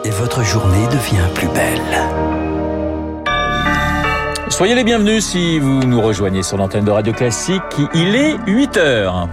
et votre journée devient plus belle. Soyez les bienvenus si vous nous rejoignez sur l'antenne de Radio Classique. Il est 8h.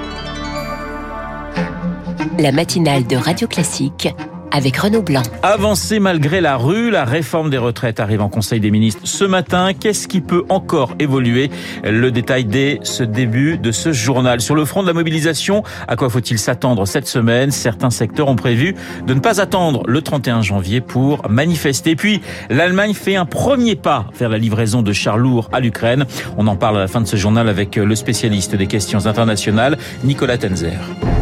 La matinale de Radio Classique avec Renaud Blanc. Avancée malgré la rue, la réforme des retraites arrive en Conseil des ministres ce matin. Qu'est-ce qui peut encore évoluer? Le détail dès ce début de ce journal. Sur le front de la mobilisation, à quoi faut-il s'attendre cette semaine? Certains secteurs ont prévu de ne pas attendre le 31 janvier pour manifester. Puis, l'Allemagne fait un premier pas vers la livraison de chars lourds à l'Ukraine. On en parle à la fin de ce journal avec le spécialiste des questions internationales, Nicolas Tenzer.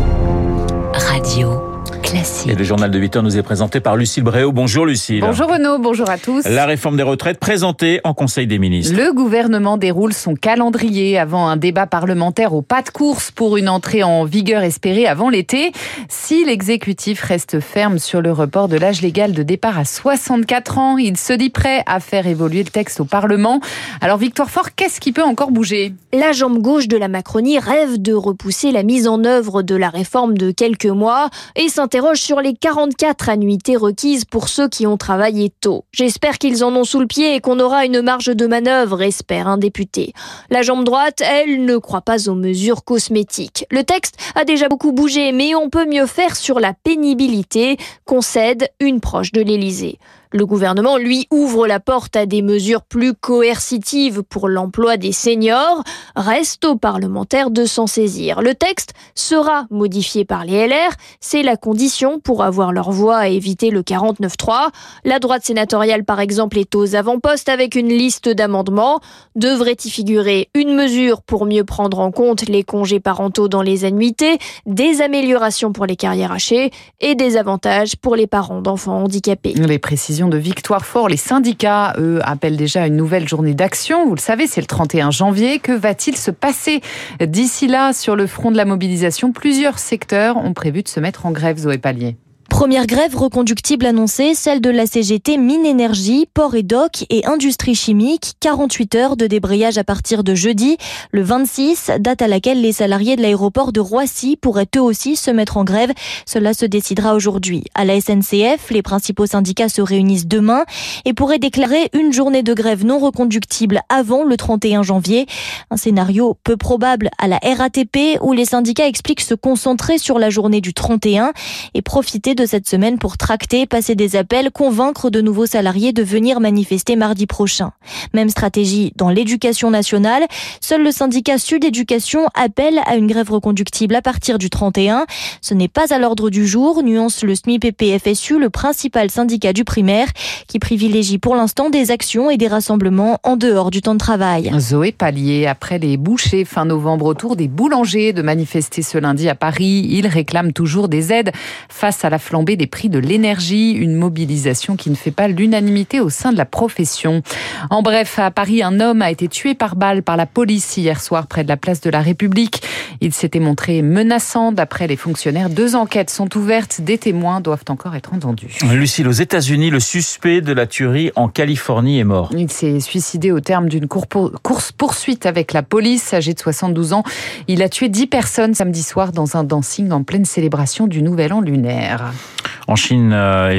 Radio Classique. Et le journal de 8h nous est présenté par Lucille Bréau. Bonjour Lucille. Bonjour Renaud, bonjour à tous. La réforme des retraites présentée en Conseil des ministres. Le gouvernement déroule son calendrier avant un débat parlementaire au pas de course pour une entrée en vigueur espérée avant l'été. Si l'exécutif reste ferme sur le report de l'âge légal de départ à 64 ans, il se dit prêt à faire évoluer le texte au Parlement. Alors Victoire Fort, qu'est-ce qui peut encore bouger? La jambe gauche de la Macronie rêve de repousser la mise en œuvre de la réforme de quelques mois et s'interroge sur les 44 annuités requises pour ceux qui ont travaillé tôt. J'espère qu'ils en ont sous le pied et qu'on aura une marge de manœuvre, espère un député. La jambe droite, elle, ne croit pas aux mesures cosmétiques. Le texte a déjà beaucoup bougé, mais on peut mieux faire sur la pénibilité, concède une proche de l'Élysée. Le gouvernement, lui, ouvre la porte à des mesures plus coercitives pour l'emploi des seniors. Reste aux parlementaires de s'en saisir. Le texte sera modifié par les LR. C'est la condition pour avoir leur voix et éviter le 49-3. La droite sénatoriale, par exemple, est aux avant-postes avec une liste d'amendements. Devrait y figurer une mesure pour mieux prendre en compte les congés parentaux dans les annuités, des améliorations pour les carrières hachées et des avantages pour les parents d'enfants handicapés. Les précisions de Victoire Fort. Les syndicats, eux, appellent déjà une nouvelle journée d'action. Vous le savez, c'est le 31 janvier. Que va-t-il se passer d'ici là sur le front de la mobilisation? Plusieurs secteurs ont prévu de se mettre en grève, Zoé Pallier. Première grève reconductible annoncée, celle de la CGT Mine Énergie, Port et Doc et Industrie Chimique. 48 heures de débrayage à partir de jeudi, le 26, date à laquelle les salariés de l'aéroport de Roissy pourraient eux aussi se mettre en grève. Cela se décidera aujourd'hui. À la SNCF, les principaux syndicats se réunissent demain et pourraient déclarer une journée de grève non reconductible avant le 31 janvier. Un scénario peu probable à la RATP où les syndicats expliquent se concentrer sur la journée du 31 et profiter de cette semaine pour tracter, passer des appels, convaincre de nouveaux salariés de venir manifester mardi prochain. Même stratégie dans l'éducation nationale. Seul le syndicat Sud Éducation appelle à une grève reconductible à partir du 31. Ce n'est pas à l'ordre du jour, nuance le SMIPP-FSU, le principal syndicat du primaire, qui privilégie pour l'instant des actions et des rassemblements en dehors du temps de travail. Zoé Pallier, après les bouchers fin novembre, autour des boulangers de manifester ce lundi à Paris. Ils réclament toujours des aides face à la flambée des prix de l'énergie, une mobilisation qui ne fait pas l'unanimité au sein de la profession. En bref, à Paris, un homme a été tué par balle par la police hier soir près de la place de la République. Il s'était montré menaçant d'après les fonctionnaires. 2 enquêtes sont ouvertes, des témoins doivent encore être entendus. Lucille, aux États-Unis, le suspect de la tuerie en Californie est mort. Il s'est suicidé au terme d'une course-poursuite avec la police. Âgé de 72 ans, il a tué 10 personnes samedi soir dans un dancing en pleine célébration du Nouvel An lunaire. En Chine,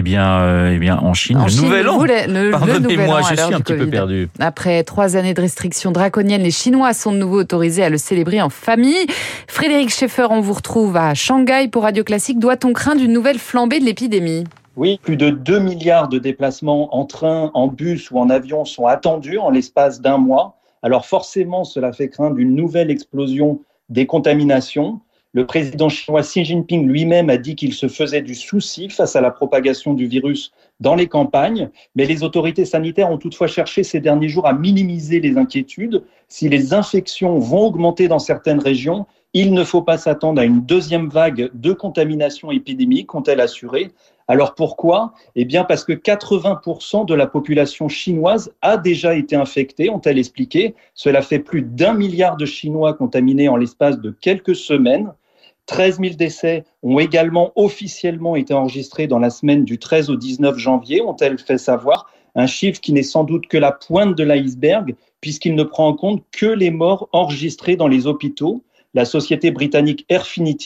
en Chine, le Nouvel An. Pardonnez-moi, je suis un petit peu perdu. Après 3 années de restrictions draconiennes, les Chinois sont de nouveau autorisés à le célébrer en famille. Frédéric Schaeffer, on vous retrouve à Shanghai pour Radio Classique. Doit-on craindre une nouvelle flambée de l'épidémie ? Oui, plus de 2 milliards de déplacements en train, en bus ou en avion sont attendus en l'espace d'un mois. Alors forcément, cela fait craindre une nouvelle explosion des contaminations. Le président chinois Xi Jinping lui-même a dit qu'il se faisait du souci face à la propagation du virus dans les campagnes, mais les autorités sanitaires ont toutefois cherché ces derniers jours à minimiser les inquiétudes. Si les infections vont augmenter dans certaines régions, il ne faut pas s'attendre à une deuxième vague de contamination épidémique, ont-elles assuré. Alors pourquoi ? Eh bien parce que 80% de la population chinoise a déjà été infectée, ont-elles expliqué. Cela fait plus d'1 milliard de Chinois contaminés en l'espace de quelques semaines. 13 000 décès ont également officiellement été enregistrés dans la semaine du 13 au 19 janvier, ont-elles fait savoir. Un chiffre qui n'est sans doute que la pointe de l'iceberg, puisqu'il ne prend en compte que les morts enregistrés dans les hôpitaux. La société britannique Airfinity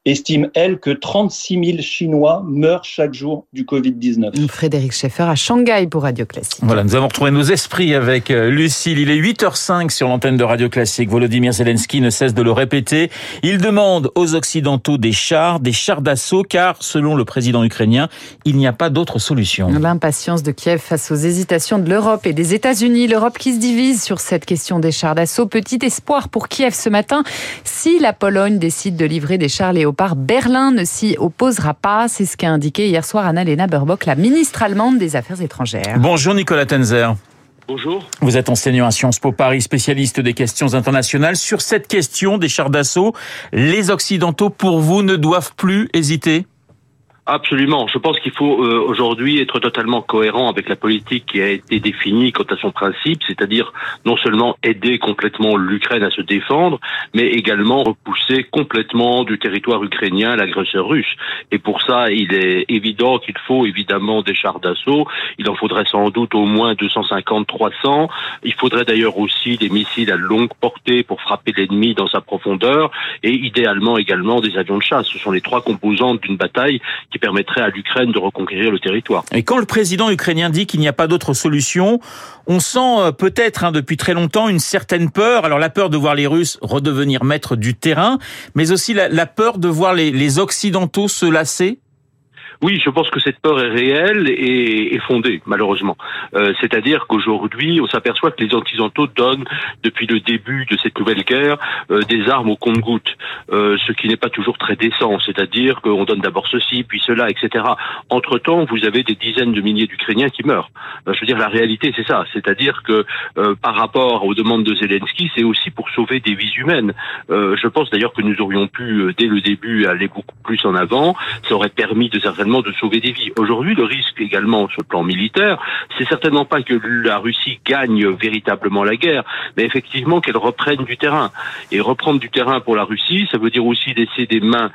estime, elle, que 36 000 Chinois meurent chaque jour du Covid-19. Frédéric Schaeffer à Shanghai pour Radio Classique. Voilà, nous avons retrouvé nos esprits avec Lucille. Il est 8h05 sur l'antenne de Radio Classique. Volodymyr Zelensky ne cesse de le répéter. Il demande aux Occidentaux des chars d'assaut, car, selon le président ukrainien, il n'y a pas d'autre solution. L'impatience de Kiev face aux hésitations de l'Europe et des États-Unis. L'Europe qui se divise sur cette question des chars d'assaut. Petit espoir pour Kiev ce matin. Si la Pologne décide de livrer des chars Léopard, Berlin ne s'y opposera pas. C'est ce qu'a indiqué hier soir Annalena Baerbock, la ministre allemande des Affaires étrangères. Bonjour Nicolas Tenzer. Bonjour. Vous êtes enseignant à Sciences Po Paris, spécialiste des questions internationales. Sur cette question des chars d'assaut, les Occidentaux, pour vous, ne doivent plus hésiter ? Absolument. Je pense qu'il faut aujourd'hui être totalement cohérent avec la politique qui a été définie quant à son principe, c'est-à-dire non seulement aider complètement l'Ukraine à se défendre, mais également repousser complètement du territoire ukrainien l'agresseur russe. Et pour ça, il est évident qu'il faut évidemment des chars d'assaut. Il en faudrait sans doute au moins 250-300. Il faudrait d'ailleurs aussi des missiles à longue portée pour frapper l'ennemi dans sa profondeur, et idéalement également des avions de chasse. Ce sont les trois composantes d'une bataille qui permettrait à l'Ukraine de reconquérir le territoire. Et quand le président ukrainien dit qu'il n'y a pas d'autre solution, on sent peut-être depuis très longtemps une certaine peur. Alors la peur de voir les Russes redevenir maîtres du terrain, mais aussi la peur de voir les Occidentaux se lasser. Oui, je pense que cette peur est réelle et fondée, malheureusement. C'est-à-dire qu'aujourd'hui, on s'aperçoit que les Occidentaux donnent, depuis le début de cette nouvelle guerre, des armes au compte-gouttes, ce qui n'est pas toujours très décent. C'est-à-dire qu'on donne d'abord ceci, puis cela, etc. Entre-temps, vous avez des dizaines de milliers d'Ukrainiens qui meurent. Je veux dire, la réalité, c'est ça. C'est-à-dire que par rapport aux demandes de Zelensky, c'est aussi pour sauver des vies humaines. Je pense d'ailleurs que nous aurions pu, dès le début, aller beaucoup plus en avant. Ça aurait permis de sauver des vies. Aujourd'hui, le risque également sur le plan militaire, c'est certainement pas que la Russie gagne véritablement la guerre, mais effectivement qu'elle reprenne du terrain. Et reprendre du terrain pour la Russie, ça veut dire aussi laisser des mains,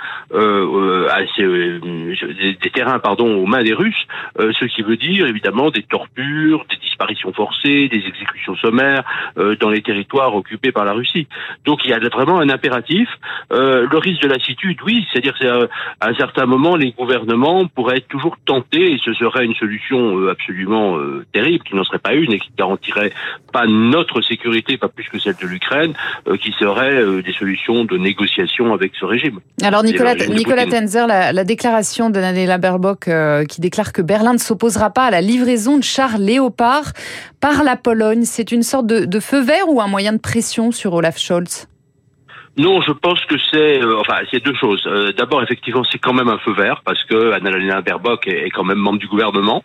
des terrains, aux mains des Russes, ce qui veut dire évidemment des tortures, des disparitions forcées, des exécutions sommaires dans les territoires occupés par la Russie. Donc il y a vraiment un impératif. Le risque de lassitude, oui, c'est-à-dire qu'à un certain moment, les gouvernements pourrait être toujours tenté, et ce serait une solution absolument terrible, qui n'en serait pas une et qui garantirait pas notre sécurité, pas plus que celle de l'Ukraine, qui serait des solutions de négociation avec ce régime. Alors Nicolas Tenzer, la déclaration d'Annalena Baerbock qui déclare que Berlin ne s'opposera pas à la livraison de chars Léopard par la Pologne, c'est une sorte de feu vert ou un moyen de pression sur Olaf Scholz ? Non, je pense que c'est deux choses. D'abord, effectivement, c'est quand même un feu vert parce que Annalena Baerbock est quand même membre du gouvernement.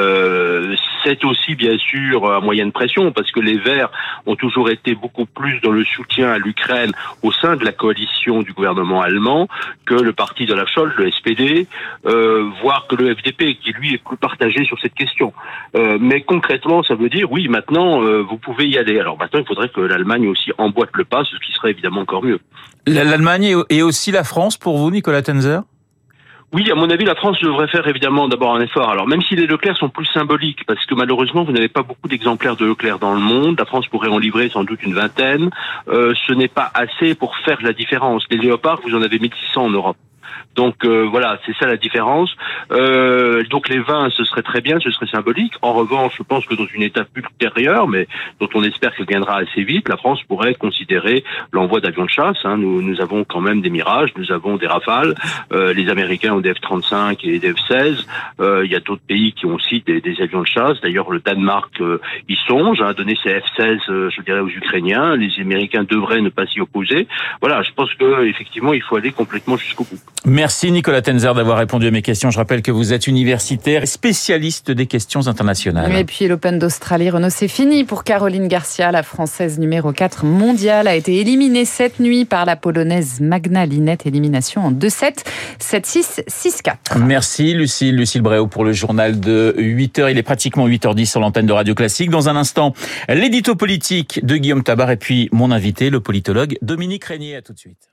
C'est aussi, bien sûr, un moyen de pression parce que les Verts ont toujours été beaucoup plus dans le soutien à l'Ukraine au sein de la coalition du gouvernement allemand que le parti d'Olaf Scholz, le SPD, voire que le FDP, qui lui est plus partagé sur cette question. Mais concrètement, ça veut dire, oui, maintenant, vous pouvez y aller. Alors maintenant, il faudrait que l'Allemagne aussi emboîte le pas, ce qui serait évidemment encore mieux. L'Allemagne et aussi la France pour vous, Nicolas Tenzer ? Oui, à mon avis, la France devrait faire évidemment d'abord un effort. Alors, même si les Leclerc sont plus symboliques, parce que malheureusement, vous n'avez pas beaucoup d'exemplaires de Leclerc dans le monde, la France pourrait en livrer sans doute une vingtaine, ce n'est pas assez pour faire la différence. Les Léopards, vous en avez 1600 en Europe. Donc voilà, c'est ça la différence. Donc les 20, ce serait très bien, ce serait symbolique. En revanche, je pense que dans une étape ultérieure, mais dont on espère qu'elle viendra assez vite, la France pourrait considérer l'envoi d'avions de chasse. Nous avons quand même des Mirages, nous avons des Rafales. Les Américains ont des F-35 et des F-16. Il y a d'autres pays qui ont aussi des avions de chasse. D'ailleurs, le Danemark y songe à donner ses F-16, je dirais, aux Ukrainiens. Les Américains devraient ne pas s'y opposer. Voilà, je pense que effectivement, il faut aller complètement jusqu'au bout. Merci Nicolas Tenzer d'avoir répondu à mes questions. Je rappelle que vous êtes universitaire et spécialiste des questions internationales. Et puis l'Open d'Australie, Renaud, c'est fini pour Caroline Garcia. La Française numéro 4 mondiale a été éliminée cette nuit par la Polonaise Magna Linette. Élimination en 2-7, 7-6, 6-4. Merci Lucille Bréau pour le journal de 8h. Il est pratiquement 8h10 sur l'antenne de Radio Classique. Dans un instant, l'édito politique de Guillaume Tabar et puis mon invité, le politologue Dominique Régnier. À tout de suite.